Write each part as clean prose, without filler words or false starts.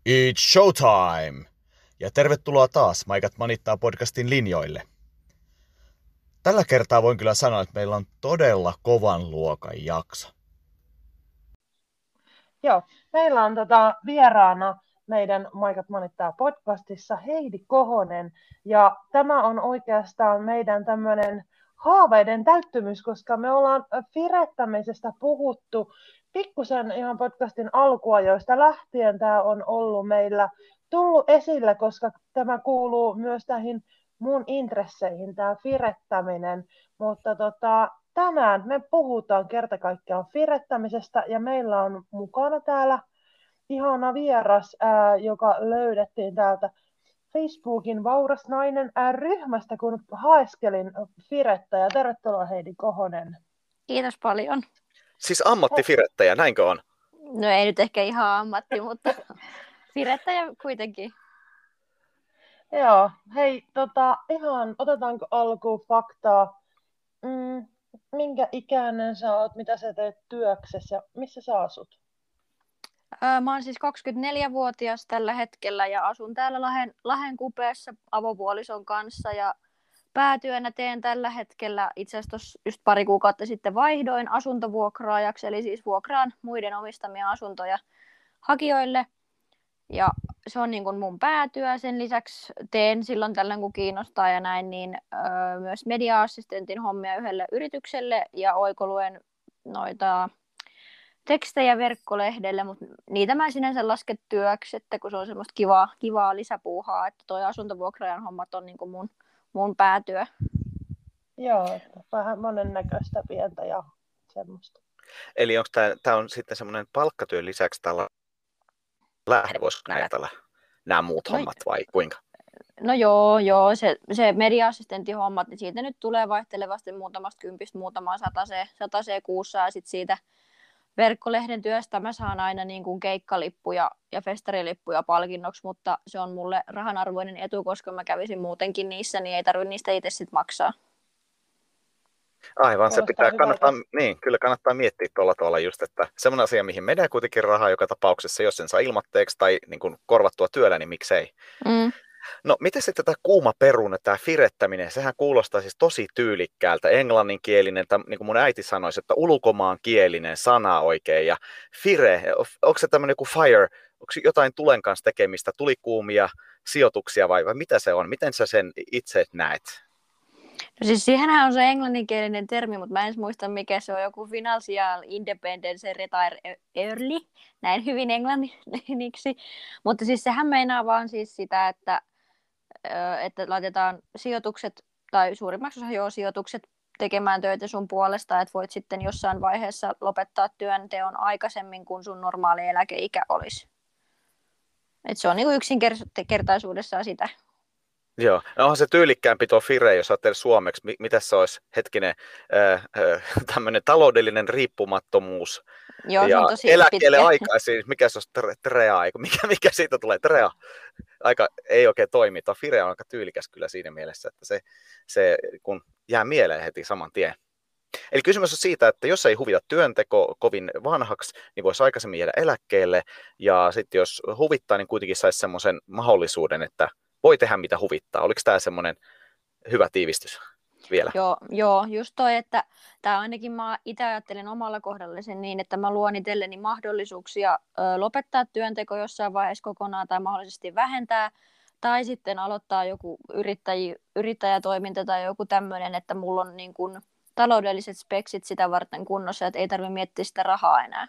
It's showtime! Ja tervetuloa taas Maikat manittaa podcastin linjoille. Tällä kertaa voin kyllä sanoa, että meillä on todella kovan luokan jakso. Joo, meillä on vieraana meidän Maikat manittaa podcastissa Heidi Kohonen. Ja tämä on oikeastaan meidän tämmöinen haaveiden täyttymys, koska me ollaan firettämisestä puhuttu pikkusen ihan podcastin alkuajoista lähtien. Tämä on ollut meillä tullut esille, koska tämä kuuluu myös näihin mun intresseihin, tämä firettäminen. Mutta tänään me puhutaan kerta kaikkiaan firettämisestä ja meillä on mukana täällä ihana vieras, joka löydettiin täältä Facebookin Vauras nainen ryhmästä, kun haeskelin firettä. Ja tervetuloa Heidi Kohonen. Kiitos paljon. Siis ammattifirettäjä, näinkö on? No ei nyt ehkä ihan ammatti, mutta firettäjä kuitenkin. Joo, hei, ihan otetaanko alkuun faktaa? Minkä ikäinen sä oot, mitä sä teet työksessä ja missä sä asut? Mä oon siis 24-vuotias tällä hetkellä ja asun täällä Lahden kupeessa avopuolison kanssa ja päätyönä teen tällä hetkellä, itse asiassa just pari kuukautta sitten vaihdoin asuntovuokraajaksi, eli siis vuokraan muiden omistamia asuntoja hakijoille. Ja se on niin kuin mun päätyö. Sen lisäksi teen silloin tällöin, kun kiinnostaa ja näin, niin myös media-assistentin hommia yhdelle yritykselle ja oikoluen noita tekstejä verkkolehdelle, mutta niitä mä sinänsä lasken työksi, että kun se on semmoista kivaa lisäpuuhaa, että toi asuntovuokraajan hommat on niin kuin mun päätyö. Joo, että vähän monennäköistä pientä ja semmoista. Eli onko tämä on sitten semmoinen palkkatyön lisäksi tällä voisiko ajatella nämä muut hommat vai kuinka? No joo, se media-assistentin hommat, niin siitä nyt tulee vaihtelevasti muutamasta kympistä muutamaan sataseen kuussa ja sitten siitä verkkolehden työstä mä saan aina niin kuin keikkalippuja ja festarilippuja palkinnoksi, mutta se on mulle rahanarvoinen etu, koska mä kävisin muutenkin niissä, niin ei tarvitse niistä itse sit maksaa. Aivan, se kannattaa miettiä tuolla tavalla just, että semmoinen asia, mihin menee kuitenkin rahaa joka tapauksessa, jos sen saa ilmatteeksi tai niin kuin korvattua työllä, niin miksei. No, miten sitten tämä kuuma peruna, tämä firettäminen, sehän kuulostaa siis tosi tyylikkäältä, englanninkielinen, niin kuin mun äiti sanoisi, että ulkomaankielinen sana oikein, ja fire, onko se tämmöinen kuin fire, onko jotain tulen kanssa tekemistä, tulikuumia sijoituksia vai mitä se on, miten sä sen itse näet? No siis siihenhän on se englanninkielinen termi, mutta mä en edes muista mikä se on, joku Financial Independence Retire Early, näin hyvin englanniksi, mutta siis sehän meinaa vaan siis sitä, että laitetaan sijoitukset, tai suurimmaksi osa sijoitukset tekemään töitä sun puolesta, että voit sitten jossain vaiheessa lopettaa työnteon aikaisemmin kuin sun normaali eläkeikä olisi. Et se on niin kuin yksinkertaisuudessaan sitä. Joo, onhan se tyylikkäämpi tuo fire, jos ajattelee suomeksi, mitä se olisi, tämmöinen taloudellinen riippumattomuus. Joo, ja se on tosi eläkkeelle pitkä. aikaisin, mikä se olisi trea, mikä siitä tulee, trea, aika ei oikein toimi. Tuo fire on aika tyylikäs kyllä siinä mielessä, että se kun jää mieleen heti saman tien. Eli kysymys on siitä, että jos ei huvita työnteko kovin vanhaksi, niin voisi aikaisemmin jäädä eläkkeelle, ja sitten jos huvittaa, niin kuitenkin saisi semmoisen mahdollisuuden, että voi tehdä mitä huvittaa. Oliko tämä semmoinen hyvä tiivistys vielä? Joo, just toi, että tämä ainakin mä itse ajattelin omalla kohdalla sen niin, että mä luon itselleni mahdollisuuksia lopettaa työnteko jossain vaiheessa kokonaan tai mahdollisesti vähentää, tai sitten aloittaa joku yrittäjätoiminta tai joku tämmöinen, että mulla on niin kuin taloudelliset speksit sitä varten kunnossa, että ei tarvitse miettiä sitä rahaa enää.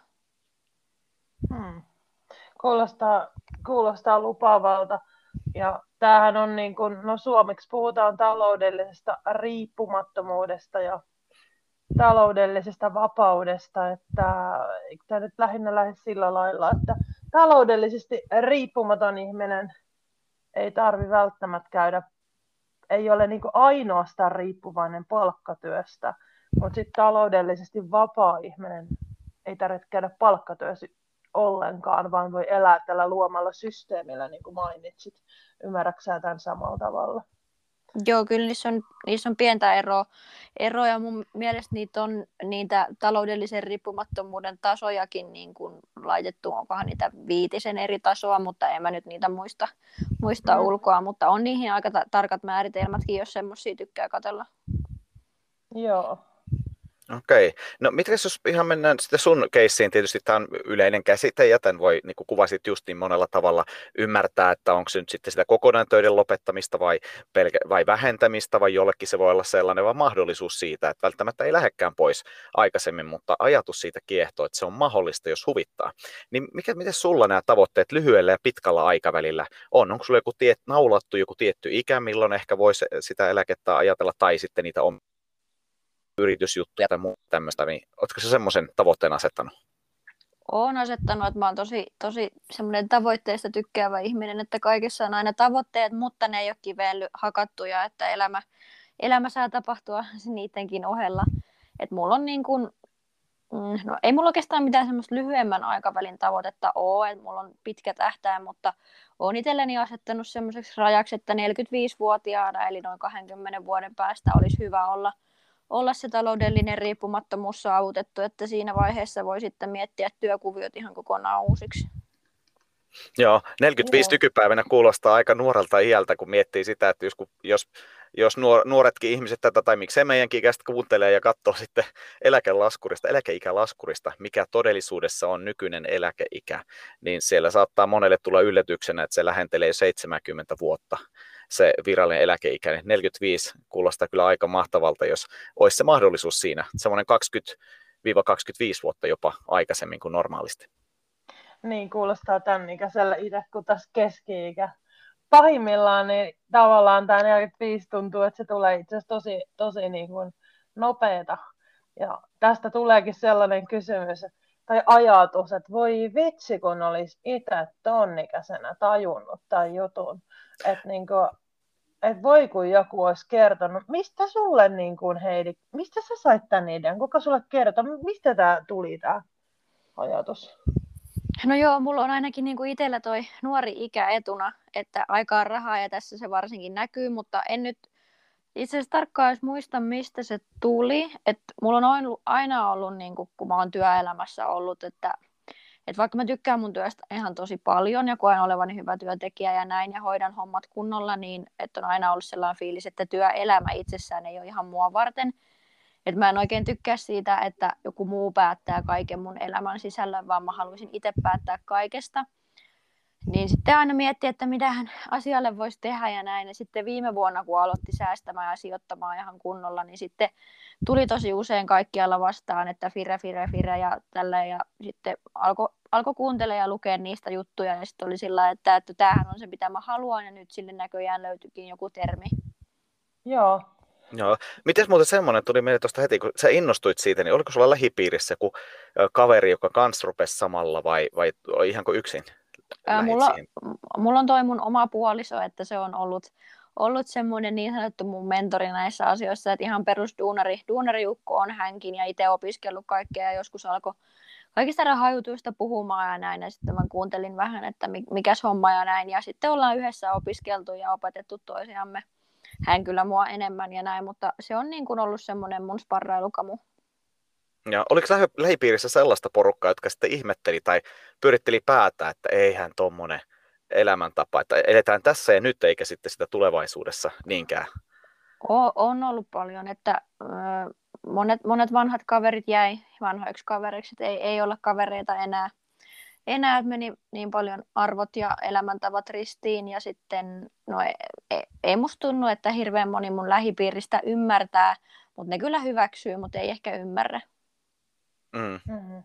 Kuulostaa lupaavalta. Ja tämähän on niin kuin, no suomeksi puhutaan taloudellisesta riippumattomuudesta ja taloudellisesta vapaudesta, että eikö tämä nyt lähinnä lähde sillä lailla, että taloudellisesti riippumaton ihminen ei tarvitse välttämättä käydä, ei ole niin kuin ainoastaan riippuvainen palkkatyöstä, mutta sitten taloudellisesti vapaa ihminen ei tarvitse käydä palkkatyössä ollenkaan, vaan voi elää tällä luomalla systeemillä, niin kuin mainitsit. Ymmärrätkö sä tämän samalla tavalla? Joo, kyllä niissä on pientä eroa ja mun mielestä niitä taloudellisen riippumattomuuden tasojakin niin kuin laitettu, onkohan niitä 5 eri tasoa, mutta en mä nyt niitä muista ulkoa, mutta on niihin aika tarkat määritelmätkin, jos semmoisia tykkää katsella. Joo. Okei. No mitäs jos ihan mennään sitten sun keissiin, tietysti tämä on yleinen käsite ja tämän voi, niin kuin kuvasit just niin monella tavalla ymmärtää, että onko se nyt sitten sitä kokonaan töiden lopettamista vai vähentämistä vai jollekin se voi olla sellainen vaan mahdollisuus siitä, että välttämättä ei lähdekään pois aikaisemmin, mutta ajatus siitä kiehtoo, että se on mahdollista, jos huvittaa. Niin miten sulla nämä tavoitteet lyhyellä ja pitkällä aikavälillä on? Onko sulla naulattu joku tietty ikä, milloin ehkä voisi sitä eläkettä ajatella tai sitten niitä yritysjuttuja tai muuta tämmöistä, niin oletko se semmoisen tavoitteen asettanut? Olen asettanut, että mä oon tosi semmoinen tavoitteista tykkäävä ihminen, että kaikessa on aina tavoitteet, mutta ne ei ole kiveen hakattuja, että elämä saa tapahtua niidenkin ohella. Että mulla on niin kuin, no ei mulla oikeastaan mitään semmoista lyhyemmän aikavälin tavoitetta ole, että mulla on pitkä tähtäin, mutta olen itselleni asettanut semmoiseksi rajaksi, että 45-vuotiaana, eli noin 20 vuoden päästä olisi hyvä olla se taloudellinen riippumattomuus saavutettu, että siinä vaiheessa voi sitten miettiä työkuviot ihan kokonaan uusiksi. Joo, 45 nykypäivänä kuulostaa aika nuorelta iältä, kun miettii sitä, että jos nuoretkin ihmiset tätä, tai miksei meidänkin ikäistä kuuntelee ja katsoo sitten eläkeikälaskurista, mikä todellisuudessa on nykyinen eläkeikä, niin siellä saattaa monelle tulla yllätyksenä, että se lähentelee 70 vuotta. Se virallinen eläkeikä, 45 kuulostaa kyllä aika mahtavalta, jos olisi se mahdollisuus siinä, semmoinen 20-25 vuotta jopa aikaisemmin kuin normaalisti. Niin, kuulostaa tämän ikäisellä itse, kun tässä keski-ikä. Pahimmillaan niin tavallaan tämä 45 tuntuu, että se tulee itse asiassa tosi niin kuin nopeeta. Ja tästä tuleekin sellainen kysymys tai ajatus, että voi vitsi, kun olisi itse ton ikäisenä tajunnut tämän jutun. Että niin kuin, et voi kun joku olisi kertonut. Mistä sulle, niin kuin Heidi, mistä sä sait tämän idean? Kuka sulle kertoi? Mistä tämä tuli tämä ajatus? No joo, mulla on ainakin niin kuin itsellä toi nuori ikä etuna, että aika on rahaa ja tässä se varsinkin näkyy, mutta en nyt itse asiassa tarkkaan edes muista, mistä se tuli. Että mulla on aina ollut, niin kuin, kun mä oon työelämässä ollut, että vaikka mä tykkään mun työstä ihan tosi paljon ja koen olevani hyvä työntekijä ja näin ja hoidan hommat kunnolla, niin että on aina ollut sellainen fiilis, että työelämä itsessään ei ole ihan mua varten. Että mä en oikein tykkää siitä, että joku muu päättää kaiken mun elämän sisällön, vaan mä haluaisin itse päättää kaikesta. Niin sitten aina miettii, että mitähän asialle voisi tehdä ja näin. Ja sitten viime vuonna, kun aloitti säästämään ja sijoittamaan ihan kunnolla, niin sitten tuli tosi usein kaikkialla vastaan, että fire ja tällä. Ja sitten alkoi kuuntelemaan ja lukea niistä juttuja. Ja sitten oli sillä, että tämähän on se, mitä mä haluan. Ja nyt sille näköjään löytyikin joku termi. Joo. Joo. Mites muuten semmoinen tuli meille tuosta heti, kun sä innostuit siitä, niin oliko sulla lähipiirissä joku kaveri, joka kans rupesi samalla vai ihan kuin yksin? Mulla on toi mun oma puoliso, että se on ollut semmoinen niin sanottu mun mentori näissä asioissa, että ihan duunariukko on hänkin ja itse opiskellut kaikkea ja joskus alkoi kaikista rahajutuista puhumaan ja näin ja sitten mä kuuntelin vähän, että mikäs homma ja näin ja sitten ollaan yhdessä opiskeltu ja opetettu toisiamme. Hän kyllä mua enemmän ja näin, mutta se on niin kuin ollut semmoinen mun sparrailukamu. Ja oliko lähipiirissä sellaista porukkaa, jotka sitten ihmetteli tai pyöritteli päätä, että eihän tommonen elämäntapa, että eletään tässä ja nyt eikä sitten sitä tulevaisuudessa niinkään? On ollut paljon, että monet vanhat kaverit jäi vanhoiksi kavereiksi, että ei olla kavereita enää, että meni niin paljon arvot ja elämäntavat ristiin ja sitten no ei musta tunnu, että hirveän moni mun lähipiiristä ymmärtää, mutta ne kyllä hyväksyy, mutta ei ehkä ymmärrä. Mm-hmm.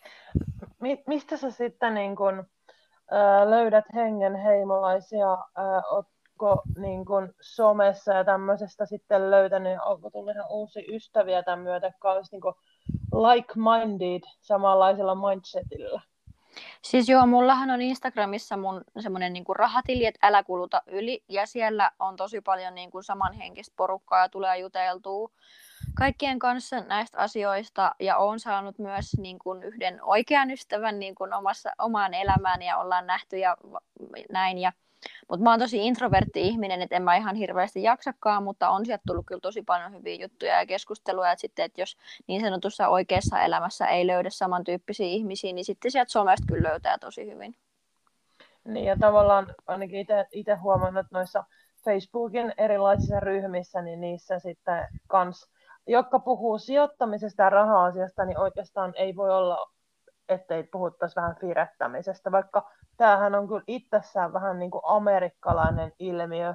Mistä sä sitten niin kun, löydät hengenheimolaisia? Ootko niin kun somessa ja tämmöisestä sitten löytänyt, onko tullut ihan uusia ystäviä tämän myötä, jotka olisi niin kun like-minded samanlaisella mindsetillä? Siis joo, mullahan on Instagramissa mun semmoinen niinku rahatili, että älä kuluta yli, ja siellä on tosi paljon niinku samanhenkistä porukkaa ja tulee juteltua kaikkien kanssa näistä asioista, ja olen saanut myös niinku yhden oikean ystävän niinku omaan elämään, ja ollaan nähty ja näin. Mutta mä oon tosi introvertti ihminen, että en mä ihan hirveästi jaksakaan, mutta on sieltä tullut kyllä tosi paljon hyviä juttuja ja keskusteluja, että sitten, että jos niin sanotussa oikeassa elämässä ei löydä samantyyppisiä ihmisiä, niin sitten sieltä somesta kyllä löytää tosi hyvin. Niin ja tavallaan ainakin itse huomannut, että noissa Facebookin erilaisissa ryhmissä, niin niissä sitten kans, jotka puhuu sijoittamisesta ja raha-asiasta, niin oikeastaan ei voi olla, ettei puhuttaisi vähän firettämisestä, vaikka tämähän on kyllä itsessään vähän niin kuin amerikkalainen ilmiö,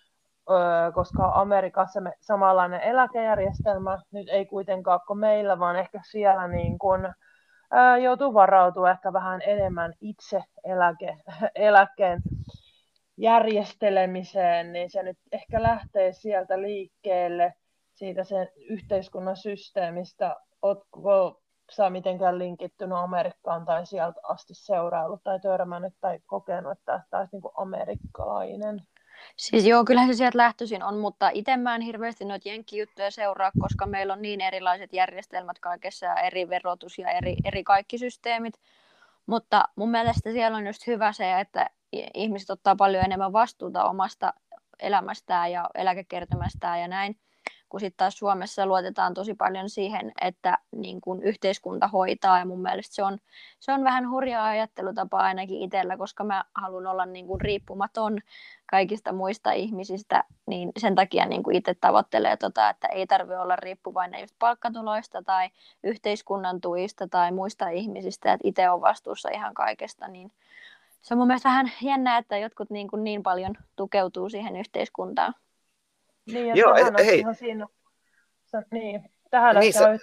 koska Amerikassa samanlainen eläkejärjestelmä nyt ei kuitenkaan kuin meillä, vaan ehkä siellä niin kuin joutuu varautua ehkä vähän enemmän itse eläkkeen järjestelemiseen, niin se nyt ehkä lähtee sieltä liikkeelle, siitä sen yhteiskunnan systeemistä. Oletko sä mitenkään linkittynyt Amerikkaan tai sieltä asti seuraillut tai törmännyt tai kokenut, että tämä olisi niin kuin amerikkalainen? Siis joo, kyllähän se sieltä lähtöisin on, mutta itse mä en hirveästi noita jenkkijuttuja seuraa, koska meillä on niin erilaiset järjestelmät kaikessa ja eri verotus ja eri kaikki systeemit. Mutta mun mielestä siellä on just hyvä se, että ihmiset ottaa paljon enemmän vastuuta omasta elämästään ja eläkekertymästään ja näin, kun sitten taas Suomessa luotetaan tosi paljon siihen, että niin kun yhteiskunta hoitaa, ja mun mielestä se on vähän hurjaa ajattelutapa ainakin itsellä, koska mä haluan olla niin kun riippumaton kaikista muista ihmisistä, niin sen takia niin kun itse tavoittelee, että ei tarvitse olla riippuvainen just palkkatuloista tai yhteiskunnan tuista tai muista ihmisistä, että itse on vastuussa ihan kaikesta, niin se on mun mielestä vähän jännää, että jotkut niin paljon tukeutuu siihen yhteiskuntaan. Niin, ja joo, tähän astihan siinä, niin, tähän niin, asti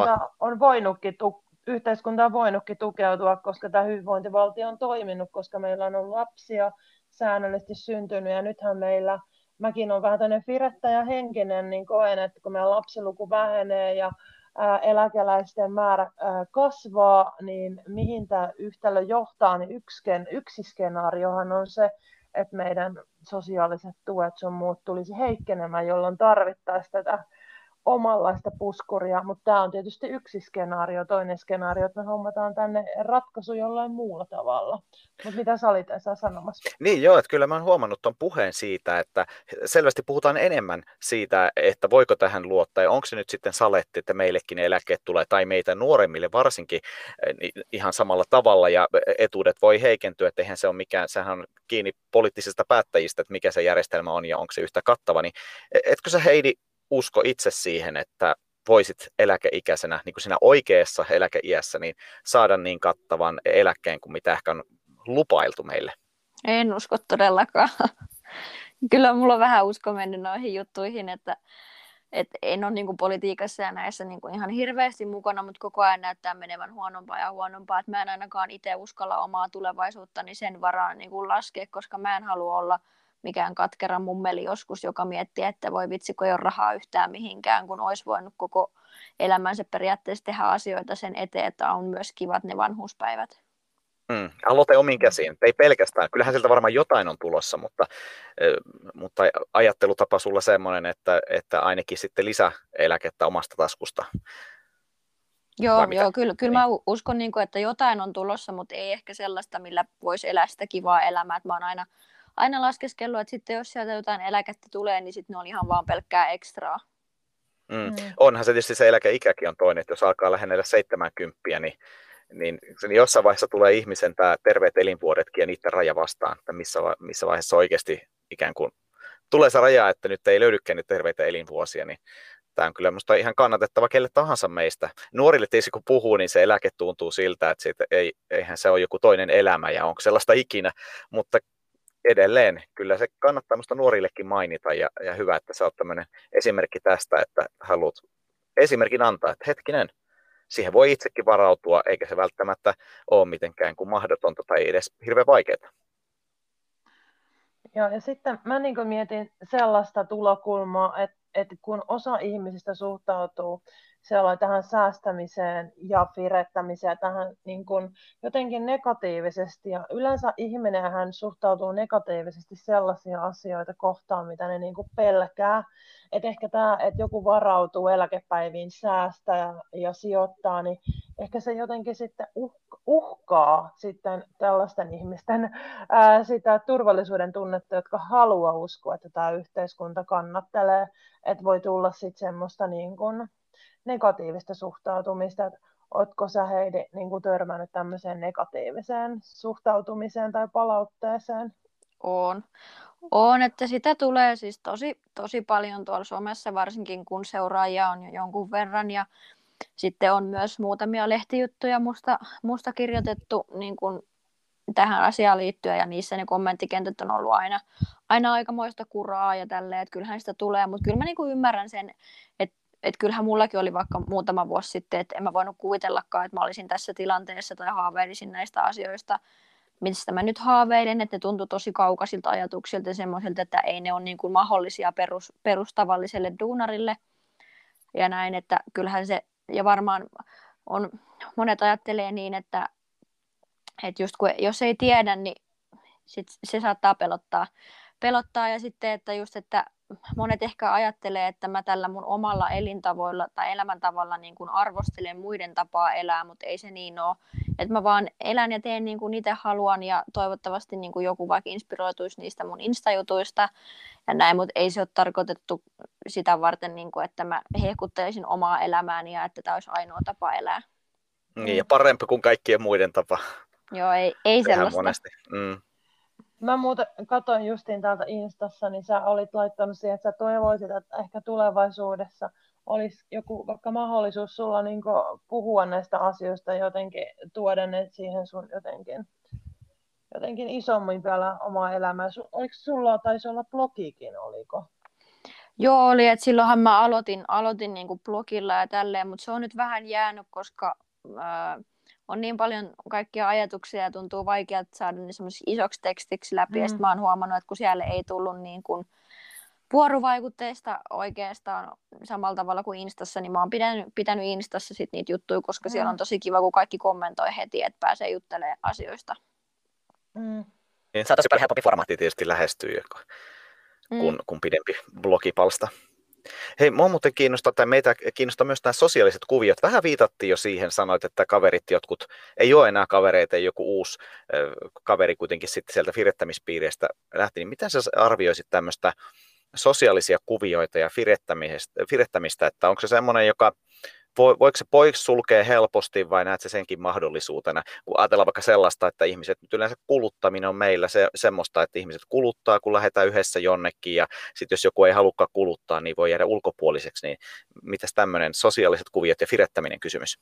yhteiskunta on voinutkin tukeutua, koska tämä hyvinvointivaltio on toiminut, koska meillä on ollut lapsia säännöllisesti syntynyt, ja nythän mäkin olen vähän tämmöinen firettäjähenkinen, niin koen, että kun meidän lapsiluku vähenee ja eläkeläisten määrä kasvaa, niin mihin tämä yhtälö johtaa, niin yksi skenaariohan on se, että meidän sosiaaliset tuet sun muut tulisi heikkenemään, jolloin tarvittaisiin tätä omanlaista puskuria, mutta tämä on tietysti yksi skenaario. Toinen skenaario, että me hommataan tänne ratkaisu jollain muulla tavalla. Mutta mitä sä olit Esa sanomassa? Niin joo, että kyllä mä oon huomannut tuon puheen siitä, että selvästi puhutaan enemmän siitä, että voiko tähän luottaa ja onko se nyt sitten saletti, että meillekin eläkkeet tulee tai meitä nuoremmille varsinkin ihan samalla tavalla ja etuudet voi heikentyä, että eihän se ole mikään, sehän on kiinni poliittisista päättäjistä, että mikä se järjestelmä on ja onko se yhtä kattava, niin etkö sä Heidi usko itse siihen, että voisit eläkeikäisenä, niin kuin siinä oikeassa eläkeiässä, niin saada niin kattavan eläkkeen kuin mitä ehkä on lupailtu meille? En usko todellakaan. Kyllä mulla on vähän usko mennyt noihin juttuihin, että en ole niin kuin politiikassa ja näissä niin kuin ihan hirveästi mukana, mutta koko ajan näyttää menevän huonompaa ja huonompaa. Että mä en ainakaan itse uskalla omaa tulevaisuuttani sen varaan niin kuin laskea, koska mä en halua olla mikään katkera mummeli joskus, joka miettii, että voi vitsi, kun ei ole rahaa yhtään mihinkään, kun olisi voinut koko elämänsä periaatteessa tehdä asioita sen eteen, että on myös kivat ne vanhuuspäivät. Aloite omiin käsiin, ei pelkästään. Kyllähän siltä varmaan jotain on tulossa, mutta ajattelutapa sulla semmoinen, että ainakin sitten lisäeläkettä omasta taskusta. Joo, kyllä niin. Mä uskon, että jotain on tulossa, mutta ei ehkä sellaista, millä voisi elää sitä kivaa elämää. Että mä oon aina laskeskellut, että sitten jos sieltä jotain eläkettä tulee, niin sitten ne on ihan vaan pelkkää ekstraa. Onhan se tietysti se eläkeikäkin on toinen, että jos alkaa lähennellä 70, niin jossain vaiheessa tulee ihmisen tämä terveet elinvuodetkin ja niiden raja vastaan, että missä vaiheessa oikeasti ikään kuin tulee se raja, että nyt ei löydykään niitä terveitä elinvuosia, niin tämä on kyllä minusta ihan kannatettava kelle tahansa meistä. Nuorille tietysti kun puhuu, niin se eläke tuntuu siltä, että siitä eihän se ole joku toinen elämä ja onko sellaista ikinä, mutta edelleen kyllä se kannattaa minusta nuorillekin mainita ja hyvä, että sä oot tämmöinen esimerkki tästä, että haluat esimerkin antaa, että hetkinen, siihen voi itsekin varautua, eikä se välttämättä ole mitenkään kuin mahdotonta tai edes hirveän vaikeaa. Joo, ja sitten mä mietin sellaista tulokulmaa, että kun osa ihmisistä suhtautuu siellä tähän säästämiseen ja firettämiseen tähän niin kuin jotenkin negatiivisesti. Ja yleensä ihminenhän suhtautuu negatiivisesti sellaisia asioita kohtaan, mitä ne niin kuin pelkää. Et ehkä tämä, että joku varautuu eläkepäiviin, säästää ja sijoittaa, niin ehkä se jotenkin sitten uhkaa sitten tällaisten ihmisten sitä turvallisuuden tunnetta, jotka haluaa uskoa, että tämä yhteiskunta kannattelee, että voi tulla sitten semmoista niin kuin negatiivista suhtautumista, että oletko sä Heidi niin kuin törmännyt tämmöiseen negatiiviseen suhtautumiseen tai palautteeseen? On, että sitä tulee siis tosi paljon tuolla somessa, varsinkin kun seuraajia on jo jonkun verran, ja sitten on myös muutamia lehtijuttuja musta kirjoitettu niin kuin tähän asiaan liittyen, ja niissä ne kommenttikentät on ollut aina aikamoista kuraa ja tälleen, että kyllähän sitä tulee, mutta kyllä mä niin kuin ymmärrän sen, että kyllähän mullakin oli vaikka muutama vuosi sitten, että en mä voinut kuvitellakaan, että mä olisin tässä tilanteessa tai haaveilisin näistä asioista, mistä mä nyt haaveilen, että ne tuntui tosi kaukaisilta ajatuksilta ja semmoisilta, että ei ne ole niin kuin mahdollisia perustavalliselle duunarille ja näin, että kyllähän se, ja varmaan monet ajattelee niin, että just jos ei tiedä, niin se saattaa pelottaa ja sitten, että just, että monet ehkä ajattelee, että mä tällä mun omalla elintavoilla tai elämäntavalla niin kuin arvostelen muiden tapaa elää, mutta ei se niin ole. Että mä vaan elän ja teen niin kuin itse haluan ja toivottavasti niin kuin joku vaikka inspiroituisi niistä mun Insta-jutuista ja näin, mutta ei se ole tarkoitettu sitä varten, niin kuin, että mä hehkuttelisin omaa elämääni ja että tämä olisi ainoa tapa elää. Niin, ja parempi kuin kaikkien muiden tapa. Joo, ei sellaista. Monesti. Mä muuten katsoin justiin täältä Instassa, niin sä olit laittanut siihen, että sä toivoisit, että ehkä tulevaisuudessa olisi joku vaikka mahdollisuus sulla niin puhua näistä asioista jotenkin, tuoda ne siihen sun jotenkin isommin vielä omaa elämää. Oliko sulla, taisi olla blogikin, oliko? Joo, oli, että silloinhan mä aloitin niin kuin blogilla ja tälleen, mutta se on nyt vähän jäänyt, koska on niin paljon kaikkia ajatuksia ja tuntuu vaikealta saada ne semmoisiksi isoksi tekstiksi läpi. Ja sitten mä oon huomannut, että kun siellä ei tullut niin kuin vuorovaikutteista oikeastaan samalla tavalla kuin Instassa, niin mä oon pitänyt Instassa sit niitä juttuja, koska siellä on tosi kiva, kun kaikki kommentoi heti, että pääsee juttelemaan asioista. Niin, se on tosi paljon helpompi formaatti tietysti lähestyy, kun pidempi blogipalsta. Hei, mua muuten kiinnostaa, tai meitä kiinnostaa myös nämä sosiaaliset kuviot. Vähän viitattiin jo siihen, sanoit, että kaverit jotkut, ei ole enää kavereita, joku uusi kaveri kuitenkin sitten sieltä firettämispiireistä lähti. Niin miten sä arvioisit tämmöistä sosiaalisia kuvioita ja firettämistä, että onko se semmoinen, joka voiko se pois sulkea helposti vai näet se senkin mahdollisuutena? Kun ajatellaan vaikka sellaista, että ihmiset, nyt yleensä kuluttaminen on meillä semmoista, että ihmiset kuluttaa, kun lähdetään yhdessä jonnekin ja sitten jos joku ei halukkaan kuluttaa, niin voi jäädä ulkopuoliseksi. Niin mitäs tämmöinen sosiaaliset kuviot ja firettäminen kysymys?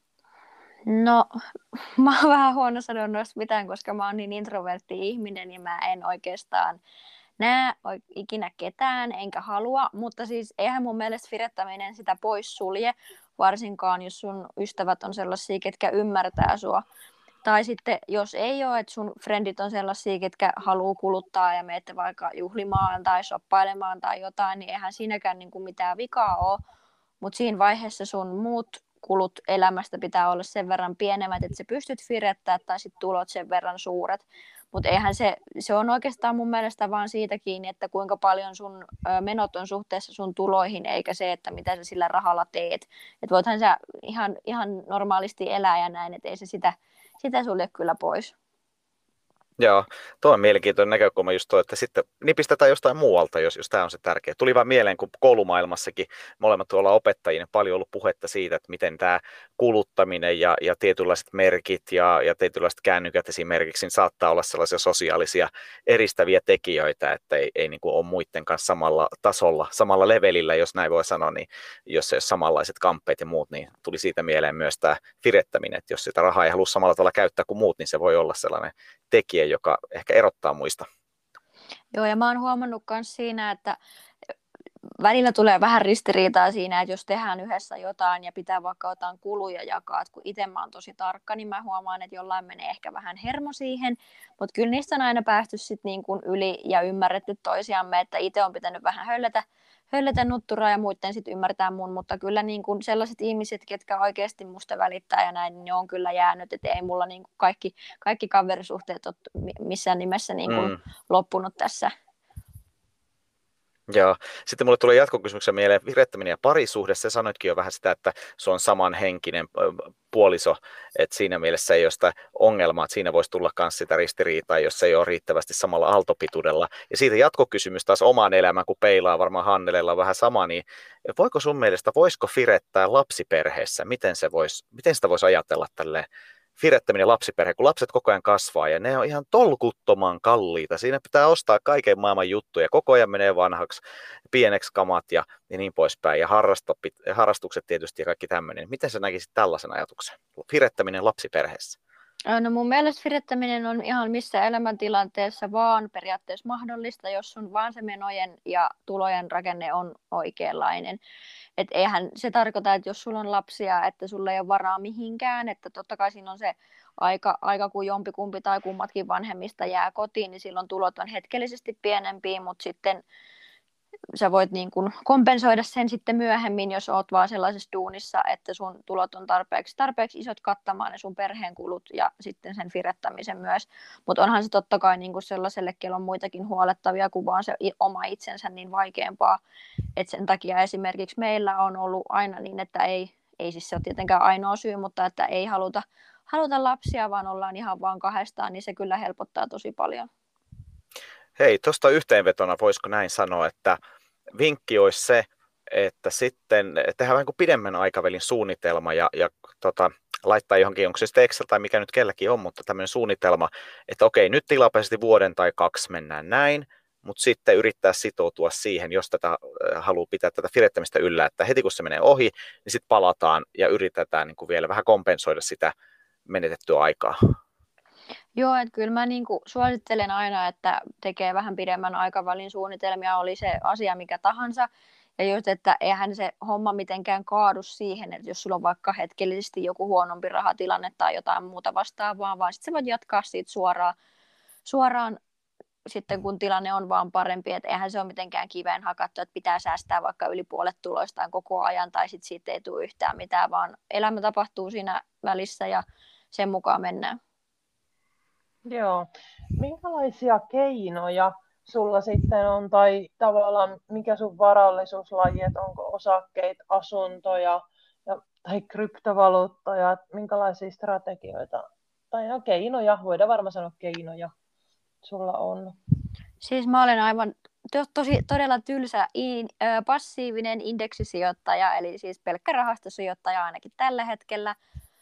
No, mä oon vähän huono sanoa noista mitään, koska mä oon niin introvertti ihminen ja mä en oikeastaan näe ikinä ketään, enkä halua, mutta siis eihän mun mielestä firettäminen sitä pois sulje, varsinkaan jos sun ystävät on sellaisia, ketkä ymmärtää sua. Tai sitten jos ei ole, että sun frendit on sellaisia, ketkä haluaa kuluttaa ja menette vaikka juhlimaan tai shoppailemaan tai jotain, niin eihän siinäkään niin kuin mitään vikaa ole. Mutta siinä vaiheessa sun muut kulut elämästä pitää olla sen verran pienemmät, että sä pystyt firettää tai sit tulot sen verran suuret. Mutta eihän se on oikeastaan mun mielestä vaan siitä kiinni, että kuinka paljon sun menot on suhteessa sun tuloihin, eikä se, että mitä sä sillä rahalla teet. Että voithan sä ihan normaalisti elää ja näin, että ei se sitä sulje kyllä pois. Joo, tuo on mielenkiintoinen näkökulma just tuo, että sitten nipistetään jostain muualta, jos tämä on se tärkeä. Tuli vaan mieleen, kun koulumaailmassakin molemmat tuolla opettajina paljon ollut puhetta siitä, että miten tämä kuluttaminen ja tietynlaiset merkit ja tietynlaiset kännykät esimerkiksi niin saattaa olla sellaisia sosiaalisia eristäviä tekijöitä, että ei niin kuin ole muiden kanssa samalla tasolla, samalla levelillä, jos näin voi sanoa, niin jos ei ole samanlaiset kamppeet ja muut, niin tuli siitä mieleen myös tämä firettäminen, että jos sitä rahaa ei halua samalla tavalla käyttää kuin muut, niin se voi olla sellainen tekijä, joka ehkä erottaa muista. Joo, ja mä oon huomannut myös siinä, että välillä tulee vähän ristiriitaa siinä, että jos tehdään yhdessä jotain ja pitää vaikka jotain kuluja jakaa, että kun itse mä oon tosi tarkka, niin mä huomaan, että jollain menee ehkä vähän hermo siihen, mutta kyllä niistä on aina päästy sitten niin kuin yli ja ymmärretty toisiamme, että itse on pitänyt vähän hölletä nutturaa ja muiden sitten ymmärtää mun, mutta kyllä niin kuin sellaiset ihmiset, ketkä oikeasti musta välittää ja näin, niin ne on kyllä jäänyt, että ei mulla niin kuin kaikki kaverisuhteet ole missään nimessä niin kuin loppunut tässä. Joo. Sitten mulle tulee jatkokysymyksen mieleen virettäminen ja parisuhde. Sä sanoitkin jo vähän sitä, että se on samanhenkinen puoliso, että siinä mielessä ei ole sitä ongelmaa, että siinä voisi tulla myös sitä ristiriitaa, jos se ei ole riittävästi samalla aaltopituudella. Ja siitä jatkokysymys taas omaan elämään, kun peilaa varmaan Hannelella vähän sama, niin voiko sun mielestä, voisiko firettää lapsiperheessä? Miten sitä voisi ajatella tälleen? Firettäminen lapsiperhe, kun lapset koko ajan kasvaa ja ne on ihan tolkuttoman kalliita. Siinä pitää ostaa kaiken maailman juttuja, koko ajan menee vanhaksi, pieneksi kamat ja niin poispäin. Ja harrastukset tietysti ja kaikki tämmöinen. Miten sä näkisit tällaisen ajatuksen? Firettäminen lapsiperheessä. No mun mielestä firettäminen on ihan missä elämäntilanteessa vaan periaatteessa mahdollista, jos sun vaan se menojen ja tulojen rakenne on oikeanlainen. Et eihän se tarkoita, että jos sulla on lapsia, että sulla ei ole varaa mihinkään, että totta kai siinä on se aika kun jompikumpi tai kummatkin vanhemmista jää kotiin, niin silloin tulot on hetkellisesti pienempiä, mutta sitten sä voit niin kuin kompensoida sen sitten myöhemmin, jos oot vaan sellaisessa duunissa, että sun tulot on tarpeeksi isot kattamaan ne sun perheen kulut ja sitten sen firettämisen myös. Mutta onhan se totta kai niin kuin sellaiselle, kello on muitakin huolettavia kuin vaan se oma itsensä niin vaikeampaa. Et sen takia esimerkiksi meillä on ollut aina niin, että ei siis se ole tietenkään ainoa syy, mutta että ei haluta lapsia, vaan ollaan ihan vaan kahdestaan, niin se kyllä helpottaa tosi paljon. Hei, tuosta yhteenvetona voisiko näin sanoa, että vinkki olisi se, että sitten tehdään vähän kuin pidemmän aikavälin suunnitelma ja laittaa johonkin, onko se sitten Excel tai mikä nyt kelläkin on, mutta tämmöinen suunnitelma, että okei, nyt tilapäisesti vuoden tai 2 mennään näin, mutta sitten yrittää sitoutua siihen, jos tätä haluaa pitää tätä firettämistä yllä, että heti kun se menee ohi, niin sitten palataan ja yritetään niin kuin vielä vähän kompensoida sitä menetettyä aikaa. Joo, että kyllä mä niinku suosittelen aina, että tekee vähän pidemmän aikavälin suunnitelmia, oli se asia mikä tahansa. Ja just, että eihän se homma mitenkään kaadu siihen, että jos sulla on vaikka hetkellisesti joku huonompi rahatilanne tai jotain muuta vastaavaa, vaan sitten sä voit jatkaa siitä suoraan sitten kun tilanne on vaan parempi, että eihän se ole mitenkään kiveen hakattu, että pitää säästää vaikka yli puolet tuloistaan koko ajan tai sitten siitä ei tule yhtään mitään, vaan elämä tapahtuu siinä välissä ja sen mukaan mennään. Joo. Minkälaisia keinoja sulla sitten on, tai tavallaan mikä sun varallisuuslaji, että onko osakkeita, asuntoja tai kryptovaluuttoja, minkälaisia strategioita, tai no keinoja, voidaan varmaan sanoa keinoja sulla on? Siis mä olen aivan todella tylsä passiivinen indeksisijoittaja, eli siis pelkkä rahastosijoittaja ainakin tällä hetkellä.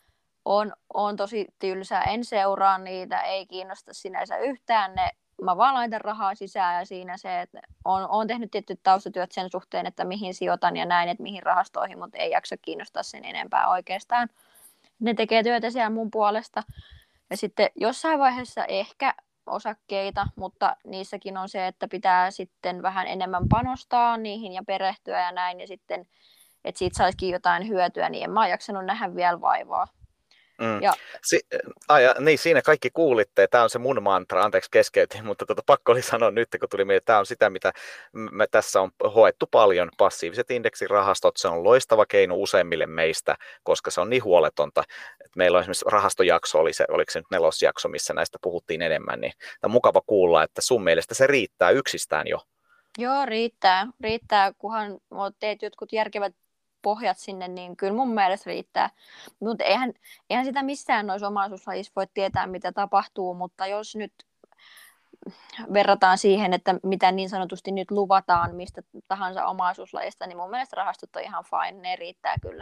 On tosi tylsä, en seuraa niitä, ei kiinnosta sinänsä yhtään ne. Mä vaan laitan rahaa sisään ja siinä se, että on tehnyt tietyt taustatyöt sen suhteen, että mihin sijoitan ja näin, että mihin rahastoihin, mutta ei jaksa kiinnostaa sen enempää oikeastaan. Ne tekee työtä siellä mun puolesta. Ja sitten jossain vaiheessa ehkä osakkeita, mutta niissäkin on se, että pitää sitten vähän enemmän panostaa niihin ja perehtyä ja näin. Ja sitten, että siitä saisikin jotain hyötyä, niin en mä ole jaksanut nähdä vielä vaivaa. Ja. Niin, siinä kaikki kuulitte. Tämä on se mun mantra, anteeksi keskeytin, mutta pakko oli sanoa nyt, kun tuli mieleen, tämä on sitä, mitä me tässä on hoettu paljon. Passiiviset indeksirahastot, se on loistava keino useimmille meistä, koska se on niin huoletonta. Et meillä on esimerkiksi rahastojakso, oliko se nyt 4. jakso, missä näistä puhuttiin enemmän, niin on mukava kuulla, että sun mielestä se riittää yksistään jo. Joo, riittää, kunhan teet jotkut järkevät pohjat sinne, niin kyllä mun mielestä riittää. Mutta eihän sitä missään noissa omaisuuslajissa voi tietää, mitä tapahtuu, mutta jos nyt verrataan siihen, että mitä niin sanotusti nyt luvataan mistä tahansa omaisuuslajista, niin mun mielestä rahastot on ihan fine, ne riittää kyllä.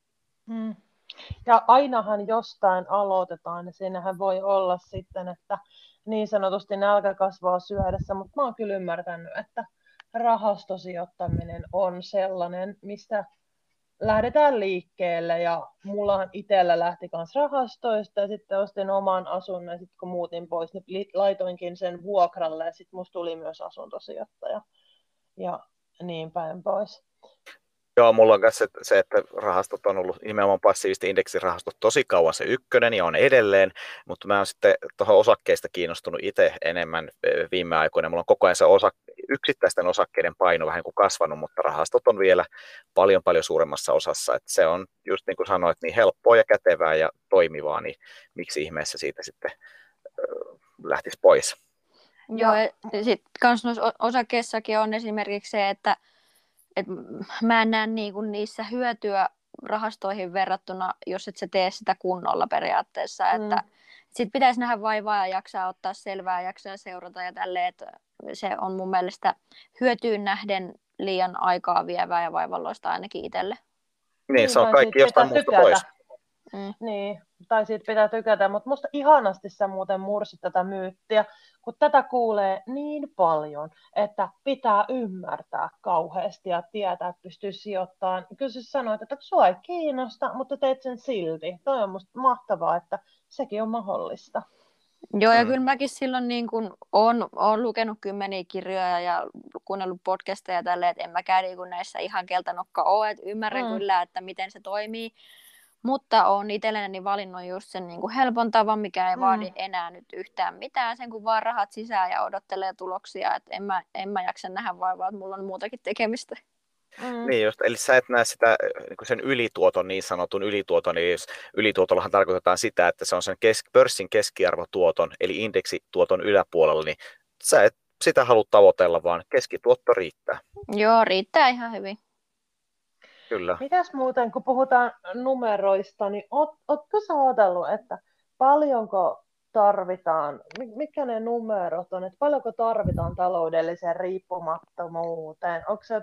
Ja ainahan jostain aloitetaan, ja siinähän voi olla sitten, että niin sanotusti nälkä kasvaa syödessä, mutta mä oon kyllä ymmärtänyt, että rahastosijoittaminen on sellainen, mistä lähdetään liikkeelle, ja mullahan itsellä lähti myös rahastoista, ja sitten ostin oman asunnon, ja sitten kun muutin pois, niin laitoinkin sen vuokralle, ja sitten musta tuli myös asuntosijoittaja, ja niin päin pois. Joo, mulla on myös se, että rahastot on ollut nimenomaan passiiviset indeksirahastot tosi kauan se ykkönen ja on edelleen, mutta mä oon sitten tuohon osakkeista kiinnostunut itse enemmän viime aikoina. Mulla on koko ajan se yksittäisten osakkeiden paino vähän kuin kasvanut, mutta rahastot on vielä paljon paljon suuremmassa osassa. Että se on just niin kuin sanoit, niin helppoa ja kätevää ja toimivaa, niin miksi ihmeessä siitä sitten lähtisi pois. Joo, ja sitten kans noissa osakkeissakin on esimerkiksi se, että mä en näe niissä hyötyä rahastoihin verrattuna, jos et sä tee sitä kunnolla periaatteessa, että sit pitäisi nähdä vaivaa ja jaksaa ottaa selvää, jaksaa seurata ja tälleen, että se on mun mielestä hyötyyn nähden liian aikaa vievää ja vaivalloista ainakin itselle. Niin, se on kaikki jostain muusta pois. Niin, tai siitä pitää tykätä, mutta musta ihanasti sä muuten mursit tätä myyttiä, kun tätä kuulee niin paljon, että pitää ymmärtää kauheasti ja tietää, että pystyy sijoittamaan. Kyllä sä sanoit, että sua ei kiinnosta, mutta teet sen silti. Toi on musta mahtavaa, että sekin on mahdollista. Joo, ja kyllä mäkin silloin niin kun on lukenut kymmeniä kirjoja ja kuunnellut podcasteja tälleen, että en mäkään niin näissä ihan keltanokka ole, että ymmärrän kyllä, että miten se toimii. Mutta olen itselleni valinnut just sen niin kuin helpon tavan, mikä ei vaadi enää nyt yhtään mitään, sen kun vaan rahat sisään ja odottelee tuloksia. Että en mä jaksa nähdä vaivaa, että mulla on muutakin tekemistä. Niin just, eli sä et näe sitä sen ylituoton, niin sanotun ylituoton, niin ylituotollahan tarkoitetaan sitä, että se on sen pörssin keskiarvotuoton, eli indeksituoton yläpuolella, niin sä et sitä halua tavoitella, vaan keskituotto riittää. Joo, riittää ihan hyvin. Kyllä. Mitäs muuten, kun puhutaan numeroista, niin ootko sä ajatellut, että paljonko tarvitaan, mitkä ne numerot on, että paljonko tarvitaan taloudelliseen riippumattomuuteen?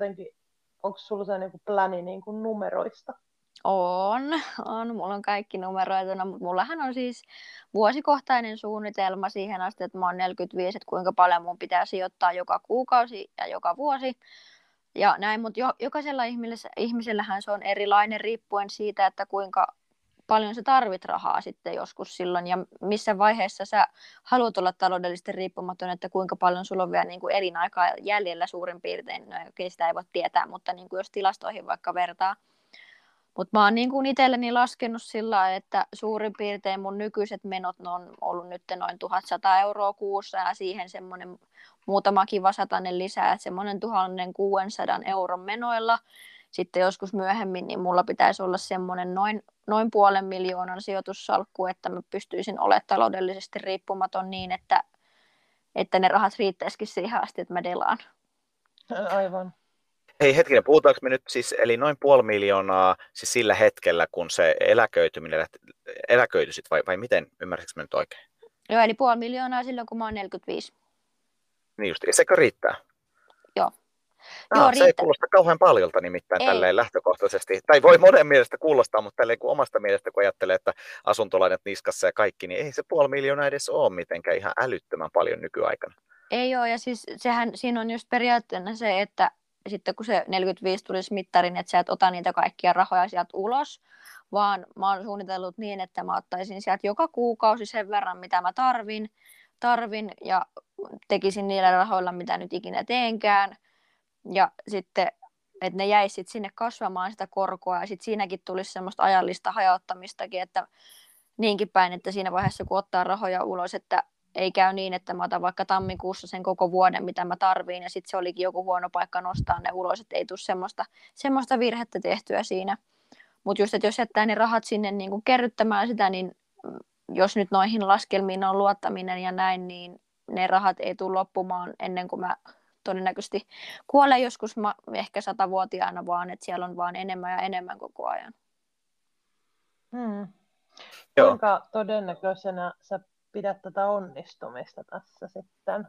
Onko sulla se niinku pläni niinku numeroista? On. Mulla on kaikki numeroituna, mutta mullahan on siis vuosikohtainen suunnitelma siihen asti, että mä oon 45, että kuinka paljon mun pitää sijoittaa joka kuukausi ja joka vuosi. Ja näin, mutta jokaisella ihmisellähän se on erilainen riippuen siitä, että kuinka paljon sä tarvit rahaa sitten joskus silloin ja missä vaiheessa sä haluat olla taloudellisesti riippumaton, että kuinka paljon sulla on vielä niin kuin elinaikaa jäljellä suurin piirtein. No okei, sitä ei voi tietää, mutta niin kuin jos tilastoihin vaikka vertaa. Mutta mä oon niin kuin itselleni laskenut sillä lailla, että suurin piirtein mun nykyiset menot on ollut nyt noin 1100 € kuussa ja siihen semmoinen muutama kiva satanen lisää, että semmoinen 1600 € menoilla. Sitten joskus myöhemmin niin mulla pitäisi olla semmoinen noin 500 000 sijoitussalkku, että mä pystyisin olemaan taloudellisesti riippumaton niin, että ne rahat riittäisikin siihen asti, että mä delaan. Aivan. Hei hetkinen, puhutaanko me nyt siis, eli noin 500 000 siis sillä hetkellä, kun se eläköityisit, vai miten, ymmärsitkö mä nyt oikein? Joo, eli 500 000 silloin, kun mä oon 45. Niin just, ja sekö riittää? Joo. Joo, se ei kuulosta kauhean paljolta nimittäin tälleen lähtökohtaisesti. Tai voi monen mielestä kuulostaa, mutta tälleen kuin omasta mielestä, kun ajattelee, että asuntolainat niskassa ja kaikki, niin ei se 500 000 edes ole mitenkään ihan älyttömän paljon nykyaikana. Ei ole, ja siis siinä on just periaatteena se, että sitten kun se 45 tulisi mittarin, että sä et ota niitä kaikkia rahoja sieltä ulos, vaan mä oon suunnitellut niin, että mä ottaisin sieltä joka kuukausi sen verran, mitä mä tarvin ja tekisin niillä rahoilla, mitä nyt ikinä teenkään. Ja sitten, että ne jäisi sit sinne kasvamaan sitä korkoa ja sitten siinäkin tulisi semmoista ajallista hajauttamistakin, että niinkin päin, että siinä vaiheessa kun ottaa rahoja ulos, että ei käy niin, että mä otan vaikka tammikuussa sen koko vuoden, mitä mä tarviin, ja sitten se olikin joku huono paikka nostaa ne ulos, että ei tule semmoista virhettä tehtyä siinä. Mutta just, että jos jättää ne rahat sinne niin kuin kerryttämään sitä, niin jos nyt noihin laskelmiin on luottaminen ja näin, niin ne rahat ei tule loppumaan ennen kuin mä todennäköisesti kuolen joskus ehkä 100-vuotiaana, vaan että siellä on vaan enemmän ja enemmän koko ajan. Kuinka todennäköisenä sä pidät tätä onnistumista tässä sitten?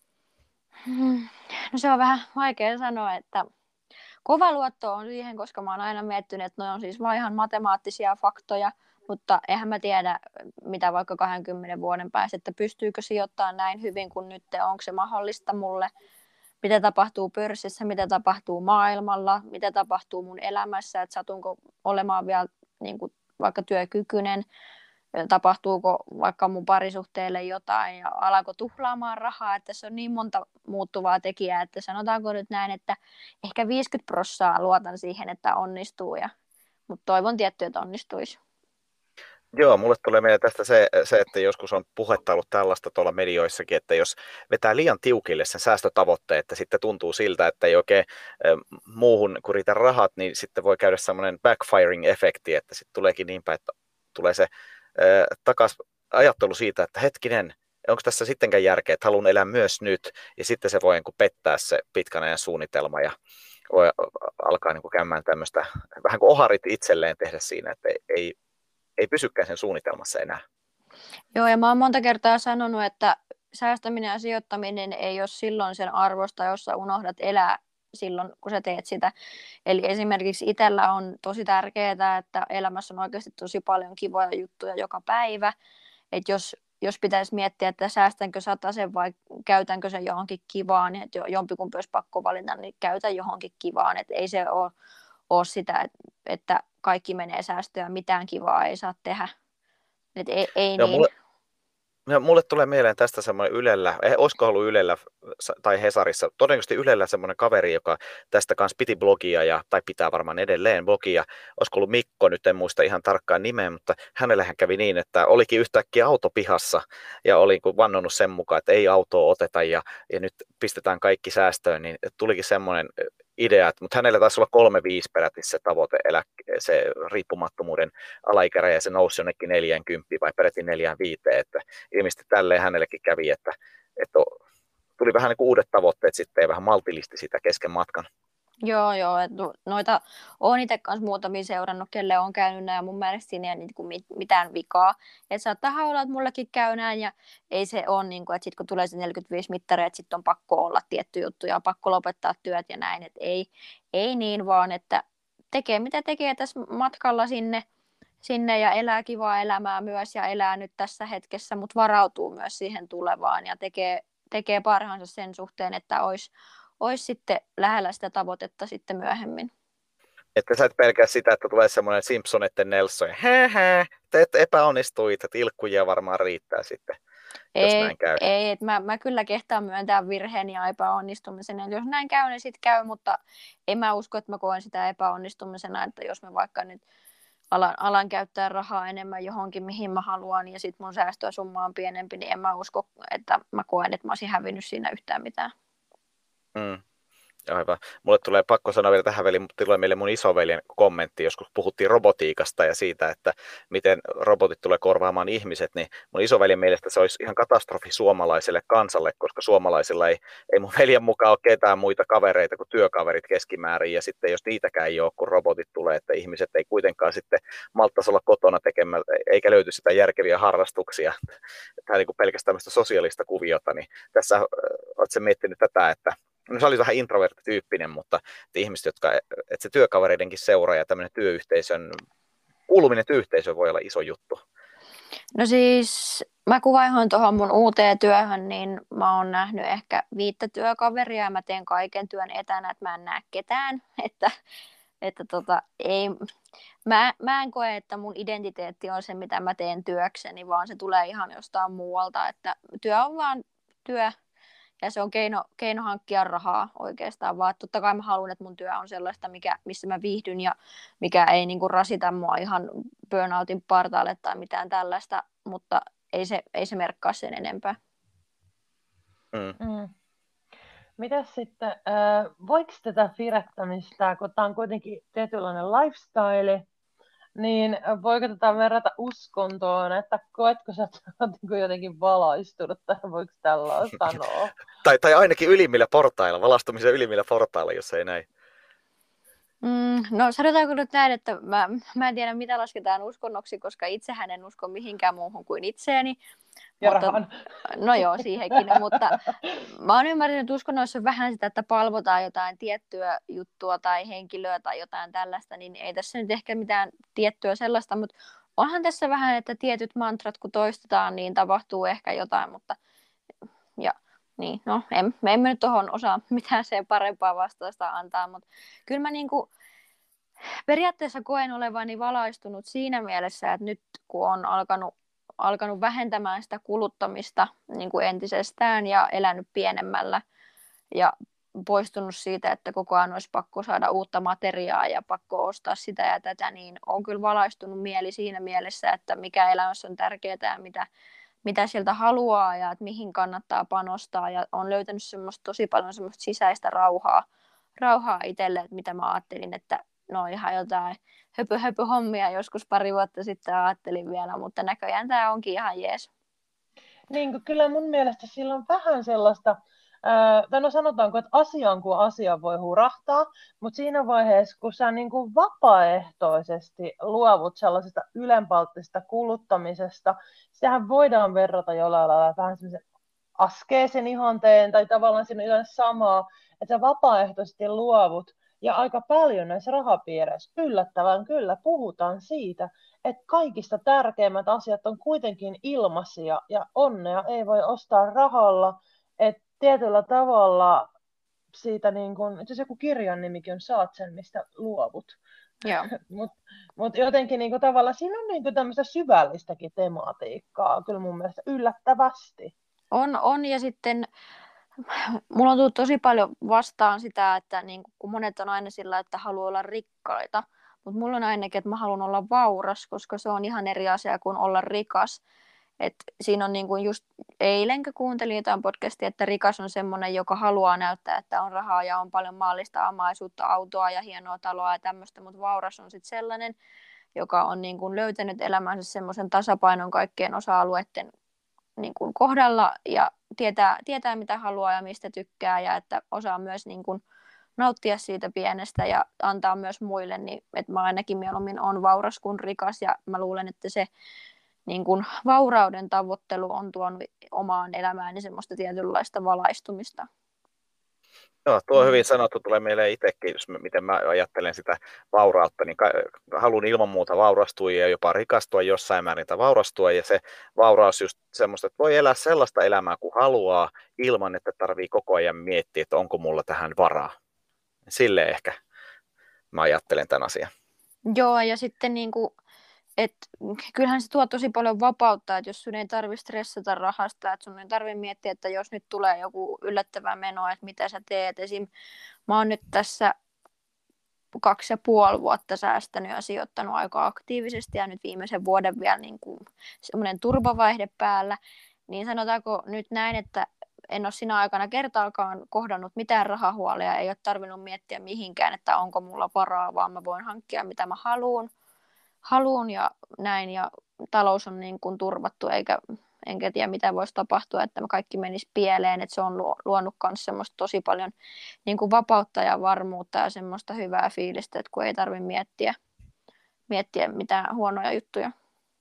No se on vähän vaikea sanoa, että kova luotto on siihen, koska mä oon aina miettinyt, että ne on siis vaan ihan matemaattisia faktoja, mutta eihän mä tiedä, mitä vaikka 20 vuoden päästä, että pystyykö sijoittamaan näin hyvin kuin nyt, onko se mahdollista mulle, mitä tapahtuu pörssissä, mitä tapahtuu maailmalla, mitä tapahtuu mun elämässä, että satunko olemaan vielä niin kuin vaikka työkykyinen, tapahtuuko vaikka mun parisuhteelle jotain ja alako tuhlaamaan rahaa, että se on niin monta muuttuvaa tekijää, että sanotaanko nyt näin, että ehkä 50% luotan siihen, että onnistuu, mutta toivon tietty, että onnistuisi. Joo, mulle tulee mieleen tästä se, että joskus on puhetta ollut tällaista tuolla medioissakin, että jos vetää liian tiukille sen säästötavoitteen, että sitten tuntuu siltä, että ei oikein muuhun kun riitä rahat, niin sitten voi käydä semmoinen backfiring-efekti, että sitten tuleekin niin päin, että tulee se takas ajattelu siitä, että hetkinen, onko tässä sittenkään järkeä, että haluan elää myös nyt, ja sitten se voi niin kuin pettää se pitkän ajan suunnitelma, ja voi alkaa niin kuin käymään tämmöistä, vähän kuin oharit itselleen tehdä siinä, että ei pysykään sen suunnitelmassa enää. Joo, ja mä oon monta kertaa sanonut, että säästäminen ja sijoittaminen ei ole silloin sen arvosta, jos sä unohdat elää silloin, kun sä teet sitä. Eli esimerkiksi itsellä on tosi tärkeää, että elämässä on oikeasti tosi paljon kivoja juttuja joka päivä. Että jos pitäisi miettiä, että säästänkö sen vai käytänkö sen johonkin kivaan, niin että jompikumpi olisi pakko valita, niin käytän johonkin kivaan. Että ei se ole sitä, että kaikki menee säästöön, mitään kivaa ei saa tehdä. Et ei Joo, niin. Mulle tulee mieleen tästä semmoinen Ylellä, olisiko ollut Ylellä tai Hesarissa, todennäköisesti Ylellä semmoinen kaveri, joka tästä kanssa piti blogia, tai pitää varmaan edelleen blogia, olisiko ollut Mikko, nyt en muista ihan tarkkaan nimeä, mutta hänellähän kävi niin, että olikin yhtäkkiä auto pihassa, ja oli vannonut sen mukaan, että ei autoa oteta, ja nyt pistetään kaikki säästöön, niin tulikin semmoinen idea, mutta hänellä taisi olla 3,5 peräti se tavoite, se riippumattomuuden alaikäraja, ja se nousi jonnekin 40 vai peräti 4,5, että ilmeisesti tälleen hänellekin kävi, että tuli vähän niin kuin uudet tavoitteet sitten ja vähän maltillisti sitä kesken matkan. Joo, noita olen itse kanssa muutamia seurannut, kelle on käynyt näin, ja mun mielestä siinä ei ole niin mitään vikaa. Että saattaa olla, että mullekin käy näin, ja ei se ole, niin kuin, että sitten kun tulee se 45 mittari, että sitten on pakko olla tietty juttu, ja pakko lopettaa työt ja näin, että ei niin vaan, että tekee mitä tekee tässä matkalla sinne ja elää kivaa elämää myös, ja elää nyt tässä hetkessä, mutta varautuu myös siihen tulevaan, ja tekee parhaansa sen suhteen, että olisi sitten lähellä sitä tavoitetta sitten myöhemmin. Että sä et pelkää sitä, että tulee semmoinen Simpsonetten Nelson, te epäonnistuit, että ilkkujia varmaan riittää sitten, jos näin käy. Ei, että mä kyllä kehtaan myöntää virheen ja epäonnistumisen, että jos näin käy, niin sitten käy, mutta en mä usko, että mä koen sitä epäonnistumisena, että jos mä vaikka nyt alan käyttää rahaa enemmän johonkin, mihin mä haluan, ja sitten mun säästösumma on pienempi, niin en mä usko, että mä koen, että mä olisin hävinnyt siinä yhtään mitään. Aivan. Mulle tulee pakko sanoa vielä tähän väliin, mutta tulee meille mun isoveljen kommentti, joskus puhuttiin robotiikasta ja siitä, että miten robotit tulee korvaamaan ihmiset, niin mun isoveljen mielestä se olisi ihan katastrofi suomalaiselle kansalle, koska suomalaisilla ei mun veljen mukaan ole ketään muita kavereita kuin työkaverit keskimäärin, ja sitten jos niitäkään ei ole, kun robotit tulee, että ihmiset ei kuitenkaan sitten malttaisi olla kotona tekemällä, eikä löyty sitä järkeviä harrastuksia, tämä niin kuin pelkästään tämmöistä sosiaalista kuviota, niin tässä oletko miettinyt tätä, että no, se oli vähän introverttityyppinen, mutta ihmiset, että se työkavereidenkin seura ja tämmöinen kuuluminen työyhteisöön voi olla iso juttu. No siis, mä kuvaihoin tuohon mun uuteen työhön, niin mä oon nähnyt ehkä 5 työkaveria ja mä teen kaiken työn etänä, että mä en näe ketään, ei, mä en koe, että mun identiteetti on se, mitä mä teen työkseni, vaan se tulee ihan jostain muualta, että työ on vaan työ. Ja se on keino hankkia rahaa oikeastaan, vaan totta kai mä haluan, että mun työ on sellaista, missä mä viihdyn ja mikä ei niinku rasita mua ihan burnoutin partaalle tai mitään tällaista, mutta ei se merkkaa sen enempää. Mitäs sitten, voiko tätä firettämistä, kun tämä on kuitenkin tietynlainen lifestyle, niin voiko tätä verrata uskontoon, että koetko sä jotenkin valaistunut, tai voiko tällaista sanoa? tai ainakin ylimmillä portailla, valaistumisen ylimmillä portailla, jos ei näin. No sanotaanko nyt näin, että mä en tiedä mitä lasketaan uskonnoksi, koska itsehän en usko mihinkään muuhun kuin itseeni. Ja mutta, rahan. No joo, siihenkin, mutta mä oon ymmärtänyt, että uskonnoissa on vähän sitä, että palvotaan jotain tiettyä juttua tai henkilöä tai jotain tällaista, niin ei tässä nyt ehkä mitään tiettyä sellaista, mutta onhan tässä vähän, että tietyt mantrat kun toistetaan, niin tapahtuu ehkä jotain, mutta ja niin, no emme nyt tuohon osaa mitään sen parempaa vastausta antaa, mutta kyllä mä niinku periaatteessa koen olevani valaistunut siinä mielessä, että nyt kun on alkanut vähentämään sitä kuluttamista niin kuin entisestään ja elänyt pienemmällä ja poistunut siitä, että koko ajan olisi pakko saada uutta materiaa ja pakko ostaa sitä ja tätä, niin on kyllä valaistunut mieli siinä mielessä, että mikä elämässä on tärkeää ja mitä sieltä haluaa ja että mihin kannattaa panostaa. Ja on löytänyt tosi paljon semmoista sisäistä rauhaa itselle, että mitä mä ajattelin, että no ihan jotain höpö-hommia joskus pari vuotta sitten ajattelin vielä, mutta näköjään tämä onkin ihan jees. Niin, kyllä mun mielestä sillä on vähän sellaista, tai no sanotaanko, että asiaan kuin asiaan voi hurahtaa, mutta siinä vaiheessa, kun sä niin kuin vapaaehtoisesti luovut sellaisesta ylenpalttisesta kuluttamisesta, sehän voidaan verrata jollain lailla vähän semmoisen askeesen ihanteen, tai tavallaan siinä on jotain samaa, että sä vapaaehtoisesti luovut, ja aika paljon näissä rahapiireissä yllättävän kyllä puhutaan siitä, että kaikista tärkeimmät asiat on kuitenkin ilmaisia ja onnea ei voi ostaa rahalla, että tietyllä tavalla siitä, niin kun, itse joku kirjan nimikin on Saat sen, mistä luovut. Mutta jotenkin niin tavallaan siinä on niin tämmöistä syvällistäkin tematiikkaa, kyllä mun mielestä yllättävästi. On ja sitten mulla on tullut tosi paljon vastaan sitä, että niin kun monet on aina sillä, että haluaa olla rikkaita, mutta mulla on ainakin, että mä haluan olla vauras, koska se on ihan eri asia kuin olla rikas. Et siinä on niin kuin just eilen, kun kuuntelin jotain podcastia, että rikas on semmoinen, joka haluaa näyttää, että on rahaa ja on paljon maallista omaisuutta, autoa ja hienoa taloa ja tämmöistä, mutta vauras on sitten sellainen, joka on niin kuin löytänyt elämänsä semmoisen tasapainon kaikkien osa-alueiden niin kuin kohdalla ja tietää mitä haluaa ja mistä tykkää ja että osaa myös niin kuin nauttia siitä pienestä ja antaa myös muille, niin että mä ainakin mieluummin on vauras kuin rikas ja mä luulen, että se niin kuin vaurauden tavoittelu on tuonut omaan elämääni semmoista tietynlaista valaistumista. Joo, tuo on hyvin sanottu, tulee mieleen itsekin, jos miten mä ajattelen sitä vaurautta, niin haluan ilman muuta vaurastua ja jopa rikastua jossain määrin tai vaurastua, ja se vauraus just semmoista, että voi elää sellaista elämää kuin haluaa, ilman että tarvii koko ajan miettiä, että onko mulla tähän varaa. Silleen ehkä mä ajattelen tämän asian. Joo, ja sitten niin kuin, että kyllähän se tuo tosi paljon vapautta, että jos sun ei tarvitse stressata rahasta, että sun ei tarvitse miettiä, että jos nyt tulee joku yllättävä meno, että mitä sä teet. Esim. Mä oon nyt tässä 2,5 vuotta säästänyt ja sijoittanut aika aktiivisesti ja nyt viimeisen vuoden vielä niin kuin semmoinen turvavaihde päällä, niin sanotaanko nyt näin, että en ole siinä aikana kertaakaan kohdannut mitään rahahuolia, ei ole tarvinnut miettiä mihinkään, että onko mulla varaa, vaan mä voin hankkia mitä mä haluun ja näin, ja talous on niin kuin turvattu, enkä tiedä mitä voisi tapahtua, että kaikki menisi pieleen, että se on luonut myös semmoista tosi paljon niin kuin vapautta ja varmuutta ja semmoista hyvää fiilistä, että kun ei tarvitse miettiä mitään huonoja juttuja.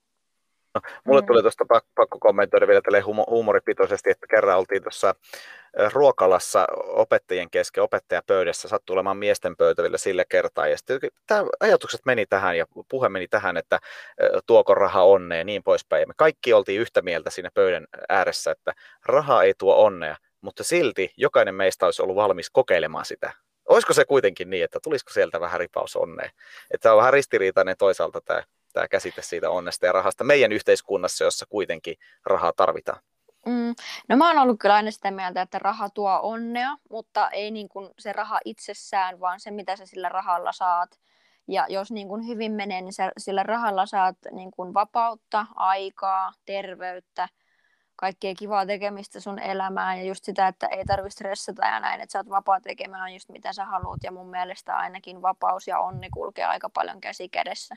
Mulle tuli tuosta pakko kommentoida vielä tälleen huumoripitoisesti, että kerran oltiin tuossa ruokalassa opettajien kesken, opettajapöydässä, sattui olemaan miesten pöytä vielä sillä kertaa, ja sitten ajatukset meni tähän ja puhe meni tähän, että tuoko raha onnea ja niin poispäin, ja me kaikki oltiin yhtä mieltä siinä pöydän ääressä, että raha ei tuo onnea, mutta silti jokainen meistä olisi ollut valmis kokeilemaan sitä. Olisiko se kuitenkin niin, että tulisiko sieltä vähän ripaus onnea? Että on vähän ristiriitainen toisaalta tämä käsite siitä onnesta ja rahasta meidän yhteiskunnassa, jossa kuitenkin rahaa tarvitaan. No mä oon ollut kyllä aina sitä mieltä, että raha tuo onnea, mutta ei niin kuin se raha itsessään, vaan se mitä sä sillä rahalla saat. Ja jos niin kuin hyvin menee, niin sillä rahalla saat niin kuin vapautta, aikaa, terveyttä, kaikkea kivaa tekemistä sun elämään ja just sitä, että ei tarvitse stressata ja näin, että sä oot vapaa tekemään just mitä sä haluat ja mun mielestä ainakin vapaus ja onni kulkee aika paljon käsi kädessä.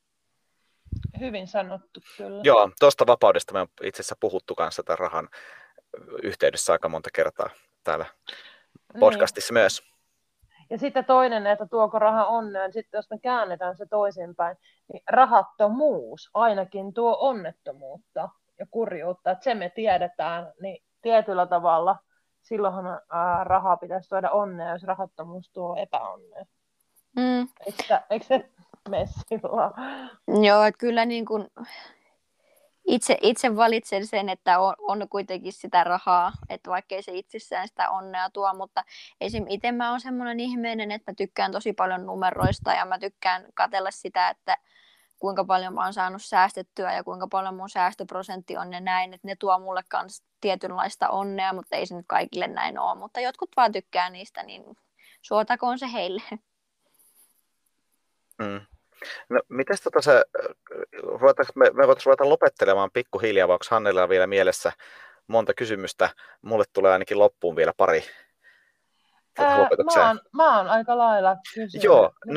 Hyvin sanottu, kyllä. Joo, tuosta vapaudesta me on itse asiassa puhuttu kanssa tämän rahan yhteydessä aika monta kertaa täällä podcastissa niin. Myös. Ja sitten toinen, että tuoko raha onnea, niin sitten jos me käännetään se toisinpäin, niin rahattomuus ainakin tuo onnettomuutta ja kurjuutta, että se me tiedetään, niin tietyllä tavalla silloinhan rahaa pitäisi tuoda onnea, jos rahattomuus tuo epäonnea. Eikö se mene sillä? Joo, että kyllä niin kuin itse valitsen sen, että on kuitenkin sitä rahaa, että vaikkei se itsessään sitä onnea tuo, mutta esim. Itse mä oon semmoinen ihminen, että mä tykkään tosi paljon numeroista ja mä tykkään katsella sitä, että kuinka paljon mä oon saanut säästettyä ja kuinka paljon mun säästöprosentti on ja näin, että ne tuo mulle kans tietynlaista onnea, mutta ei se nyt kaikille näin ole. Mutta jotkut vaan tykkää niistä, niin suotakoon se heille. No, mites me voitaisiin ruveta lopettelemaan pikkuhiljaa, vai onko Hannella vielä mielessä monta kysymystä? Mulle tulee ainakin loppuun vielä pari lopetukseen. Mä oon aika lailla kysynyt. Joo, no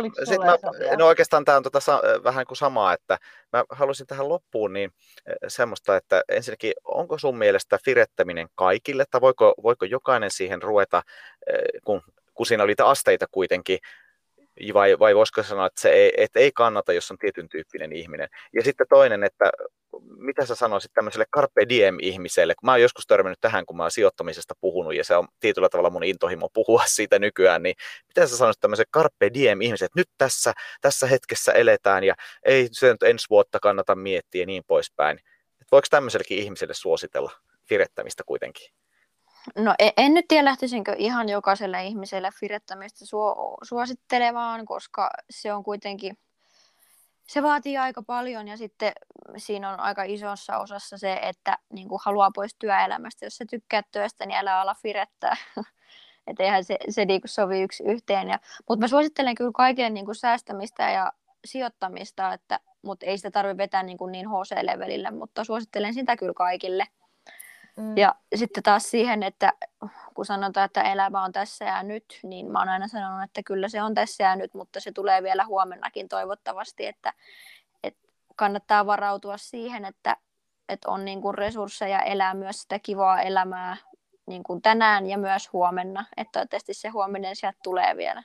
no oikeastaan tämä on vähän kuin samaa, että mä haluaisin tähän loppuun niin semmoista, että ensinnäkin onko sun mielestä firettäminen kaikille, tai voiko jokainen siihen ruveta, kun siinä oli asteita kuitenkin, vai voisiko sanoa, että ei kannata, jos on tietyn tyyppinen ihminen. Ja sitten toinen, että mitä sä sanoisit tämmöiselle carpe diem-ihmiselle, kun mä oon joskus törmännyt tähän, kun mä oon sijoittamisesta puhunut, ja se on tietyllä tavalla mun intohimo puhua siitä nykyään, niin mitä sä sanoisit tämmöiselle carpe diem-ihmiselle, että nyt tässä hetkessä eletään, ja ei se nyt ensi vuotta kannata miettiä ja niin poispäin. Että voiko tämmöisellekin ihmiselle suositella firettämistä kuitenkin? No en nyt tiedä, lähtisinkö ihan jokaiselle ihmiselle firettämistä suosittelemaan, koska se on kuitenkin, se vaatii aika paljon ja sitten siinä on aika isossa osassa se, että niin kuin haluaa pois työelämästä. Jos sä tykkäät työstä, niin älä ala firettää. Että eihän se niin kuin sovi yksi yhteen. Mutta mä suosittelen kyllä kaikille niin kuin säästämistä ja sijoittamista, mutta ei sitä tarvitse vetää niin HC-levelille, mutta suosittelen sitä kyllä kaikille. Ja sitten taas siihen, että kun sanotaan, että elämä on tässä ja nyt, niin mä oon aina sanonut, että kyllä se on tässä ja nyt, mutta se tulee vielä huomennakin toivottavasti, että kannattaa varautua siihen, että on niin kuin resursseja elää myös sitä kivaa elämää niin kuin tänään ja myös huomenna, että toivottavasti se huominen sieltä tulee vielä.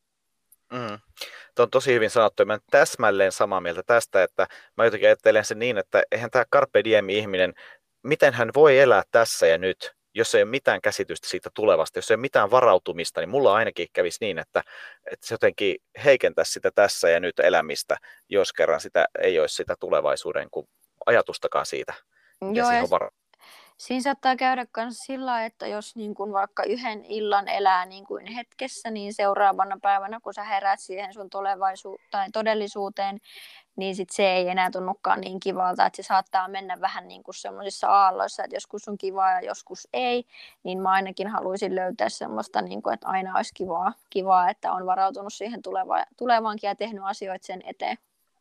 Tuo on tosi hyvin sanottu, ja mä täsmälleen samaa mieltä tästä, että mä jotenkin ajattelen sen niin, että eihän tämä carpe diem-ihminen, miten hän voi elää tässä ja nyt, jos ei ole mitään käsitystä siitä tulevasta, jos ei ole mitään varautumista, niin mulla ainakin kävisi niin, että se jotenkin heikentäisi sitä tässä ja nyt elämistä, jos kerran sitä ei olisi sitä tulevaisuuden ajatustakaan siitä. Joo, siinä saattaa käydä myös sillä, että jos niin kuin vaikka yhden illan elää niin kuin hetkessä, niin seuraavana päivänä, kun sä heräät siihen sun todellisuuteen, niin sit se ei enää tunnukaan niin kivalta, että se saattaa mennä vähän niin kuin semmoisissa aalloissa, että joskus on kivaa ja joskus ei, niin mä ainakin haluaisin löytää semmoista, niin kuin, että aina olisi kivaa, että on varautunut siihen tulevaankin ja tehnyt asioita sen eteen.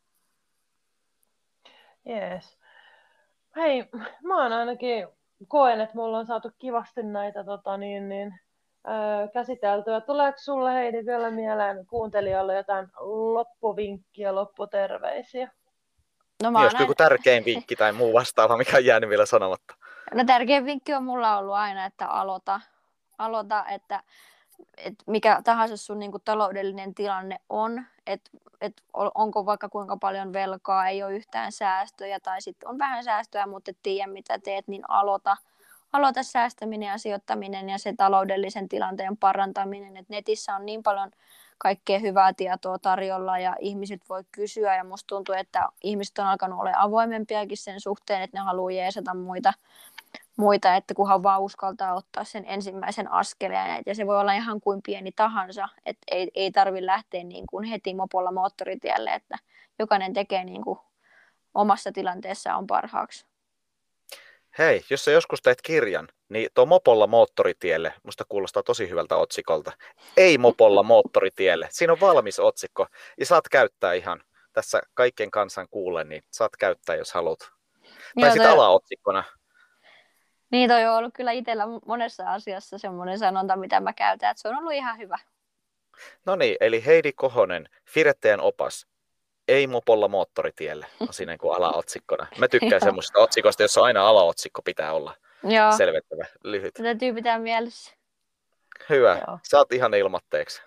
Jees. Hei, mä oon ainakin koen, että mulla on saatu kivasti näitä käsiteltyä. Tuleeko sulle, Heidi, vielä mieleen kuuntelijoille jotain loppuvinkkiä, lopputerveisiä? No, jos joku tärkein vinkki tai muu vastaava, mikä on jäänyt vielä sanomatta. No, tärkein vinkki on mulla ollut aina, että aloita, että mikä tahansa sun niin kuin taloudellinen tilanne on, että onko vaikka kuinka paljon velkaa, ei ole yhtään säästöjä tai sitten on vähän säästöjä, mutta et tiedä mitä teet, niin aloita säästäminen ja sijoittaminen ja se taloudellisen tilanteen parantaminen. Et netissä on niin paljon kaikkea hyvää tietoa tarjolla ja ihmiset voi kysyä ja musta tuntuu, että ihmiset on alkanut olla avoimempiakin sen suhteen, että ne haluaa jeesata muita, että kunhan vaan uskaltaa ottaa sen ensimmäisen askeleen. Ja se voi olla ihan kuin pieni tahansa, että ei tarvitse lähteä niin kuin heti mopolla moottoritielle, että jokainen tekee niin kuin omassa tilanteessaan parhaaksi. Hei, jos sä joskus teet kirjan, niin tuo mopolla moottoritielle, musta kuulostaa tosi hyvältä otsikolta. Ei mopolla moottoritielle. Siinä on valmis otsikko ja saat käyttää ihan tässä kaikkien kansan kuulen, niin saat käyttää, jos haluat. Tai sitten alaotsikkona. Niin, toi on ollut kyllä itsellä monessa asiassa semmoinen sanonta, mitä mä käytän, että se on ollut ihan hyvä. No niin, eli Heidi Kohonen, firettäjän opas. Ei mopolla moottoritielle, on siinä niin kuin alaotsikkona. Mä tykkään semmoisista otsikoista, jossa aina alaotsikko pitää olla selventävä, lyhyt. Täytyy pitää mielessä. Hyvä, saat ihan ilmatteeksi.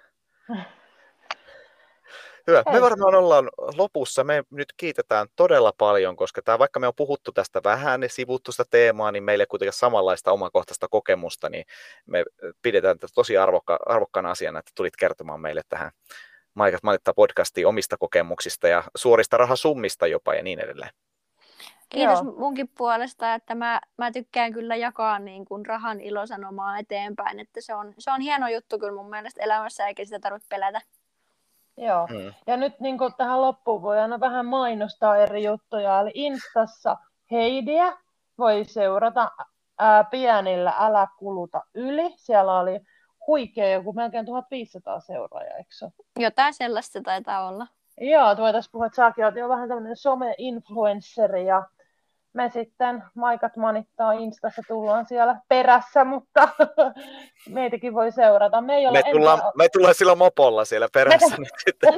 Hyvä. Me varmaan ollaan lopussa. Me nyt kiitetään todella paljon, koska vaikka me on puhuttu tästä vähän ja sivuttu sitä teemaa, niin meillä ei kuitenkaan samanlaista omakohtaista kokemusta, niin me pidetään tätä tosi arvokkaana asiana, että tulit kertomaan meille tähän Maikat manittaa podcastiin omista kokemuksista ja suorista rahasummista jopa ja niin edelleen. Kiitos munkin puolesta, että mä tykkään kyllä jakaa niin kuin rahan ilosanomaa eteenpäin, että se on hieno juttu kyllä mun mielestä elämässä, eikä sitä tarvitse pelätä. Joo, ja nyt niin kuin tähän loppuun voi aina vähän mainostaa eri juttuja, eli Instassa Heidiä voi seurata pienillä älä kuluta yli. Siellä oli huikea joku melkein 1500 seuraajaa, eikö se? Jotain sellaista se taitaa olla. Joo, voitaisiin puhua, että säkin olet jo vähän tämmöinen some-influensseri ja me sitten Maikat manittaa Instassa tullaan siellä perässä, mutta meitäkin voi seurata. Me tullaan sillä mopolla siellä perässä nyt sitten.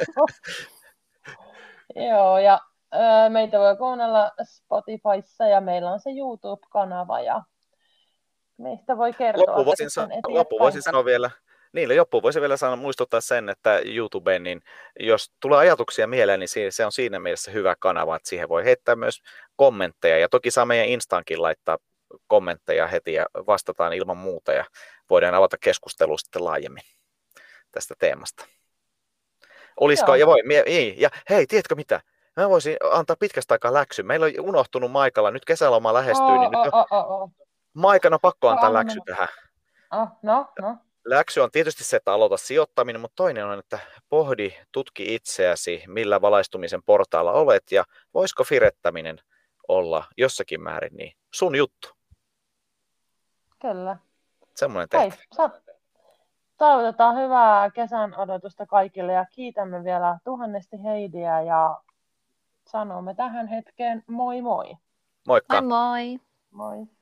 Joo, ja meitä voi kuunnella Spotifyssa ja meillä on se YouTube-kanava ja meistä voi kertoa. Loppuun voisin vielä muistuttaa sen, että YouTubeen, niin jos tulee ajatuksia mieleen, niin se on siinä mielessä hyvä kanava, että siihen voi heittää myös kommentteja. Ja toki saa meidän Instaankin laittaa kommentteja heti ja vastataan ilman muuta ja voidaan avata keskustelua sitten laajemmin tästä teemasta. Olisiko, ja hei, tiedätkö mitä? Mä voisin antaa pitkästä aikaa läksyn. Meillä on unohtunut Maikalla, nyt kesäloma lähestyy, niin nyt on Maikana pakko antaa läksy tähän. No. Läksy on tietysti se, että aloita sijoittaminen, mutta toinen on, että tutki itseäsi, millä valaistumisen portaalla olet ja voisiko firettäminen olla jossakin määrin niin sun juttu. Kyllä. Semmoinen tehtävä. Toivotetaan hyvää kesän odotusta kaikille ja kiitämme vielä tuhannesti Heidiä ja sanomme tähän hetkeen moi moi. Moikka. Moi moi. Moi.